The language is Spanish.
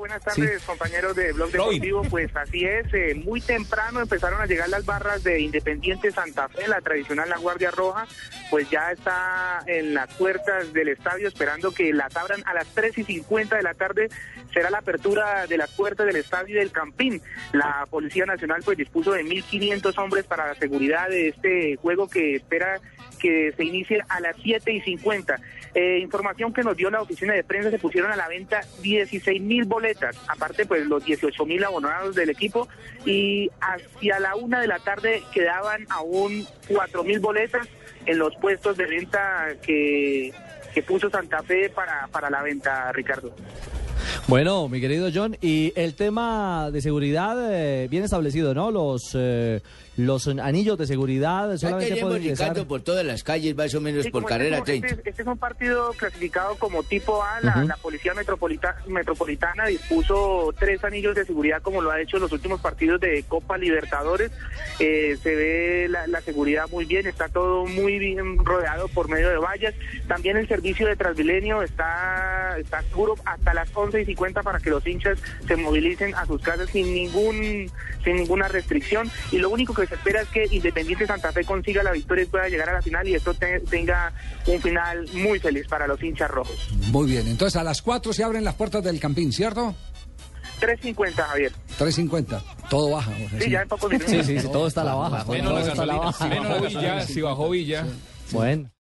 buenas tardes, compañeros de Blog Deportivo. Pues así es, muy temprano empezaron a llegar las barras de Independiente Santa Fe, la tradicional La Guardia Roja, pues ya está en las puertas del estadio esperando que las abran a las 3:50 de la tarde. Será la apertura de las puertas del estadio del Campín. La Policía Nacional pues dispuso de 1.500 hombres para la seguridad de este juego que espera que se inicie a las 7:50. Información que nos dio la oficina de prensa, se pusieron a la venta 16.000 boletas, aparte pues los 18.000 abonados del equipo, y hacia la 1 de la tarde quedaban aún 4.000 boletas en los puestos de venta que puso Santa Fe para la venta, Ricardo. Bueno, mi querido John, y el tema de seguridad bien establecido, ¿no? Los anillos de seguridad solamente pueden ingresar, Ricardo, por todas las calles, más o menos, sí, por carrera 30. Este es un partido clasificado como tipo A. La Policía Metropolitana dispuso 3 anillos de seguridad, como lo ha hecho en los últimos partidos de Copa Libertadores. Se ve la seguridad muy bien, está todo muy bien rodeado por medio de vallas. También el servicio de Transmilenio está seguro hasta las 11:50 para que los hinchas se movilicen a sus casas sin ninguna restricción. Y lo único que se espera es que Independiente Santa Fe consiga la victoria y pueda llegar a la final, y esto tenga un final muy feliz para los hinchas rojos. Muy bien, entonces a las 4 se abren las puertas del Campín, ¿cierto? 3:50, Javier. 3:50, todo baja. Sí, ya en pocos minutos. Sí, todo está a la baja. Menos la gasolina, si bajó Villa. Bueno.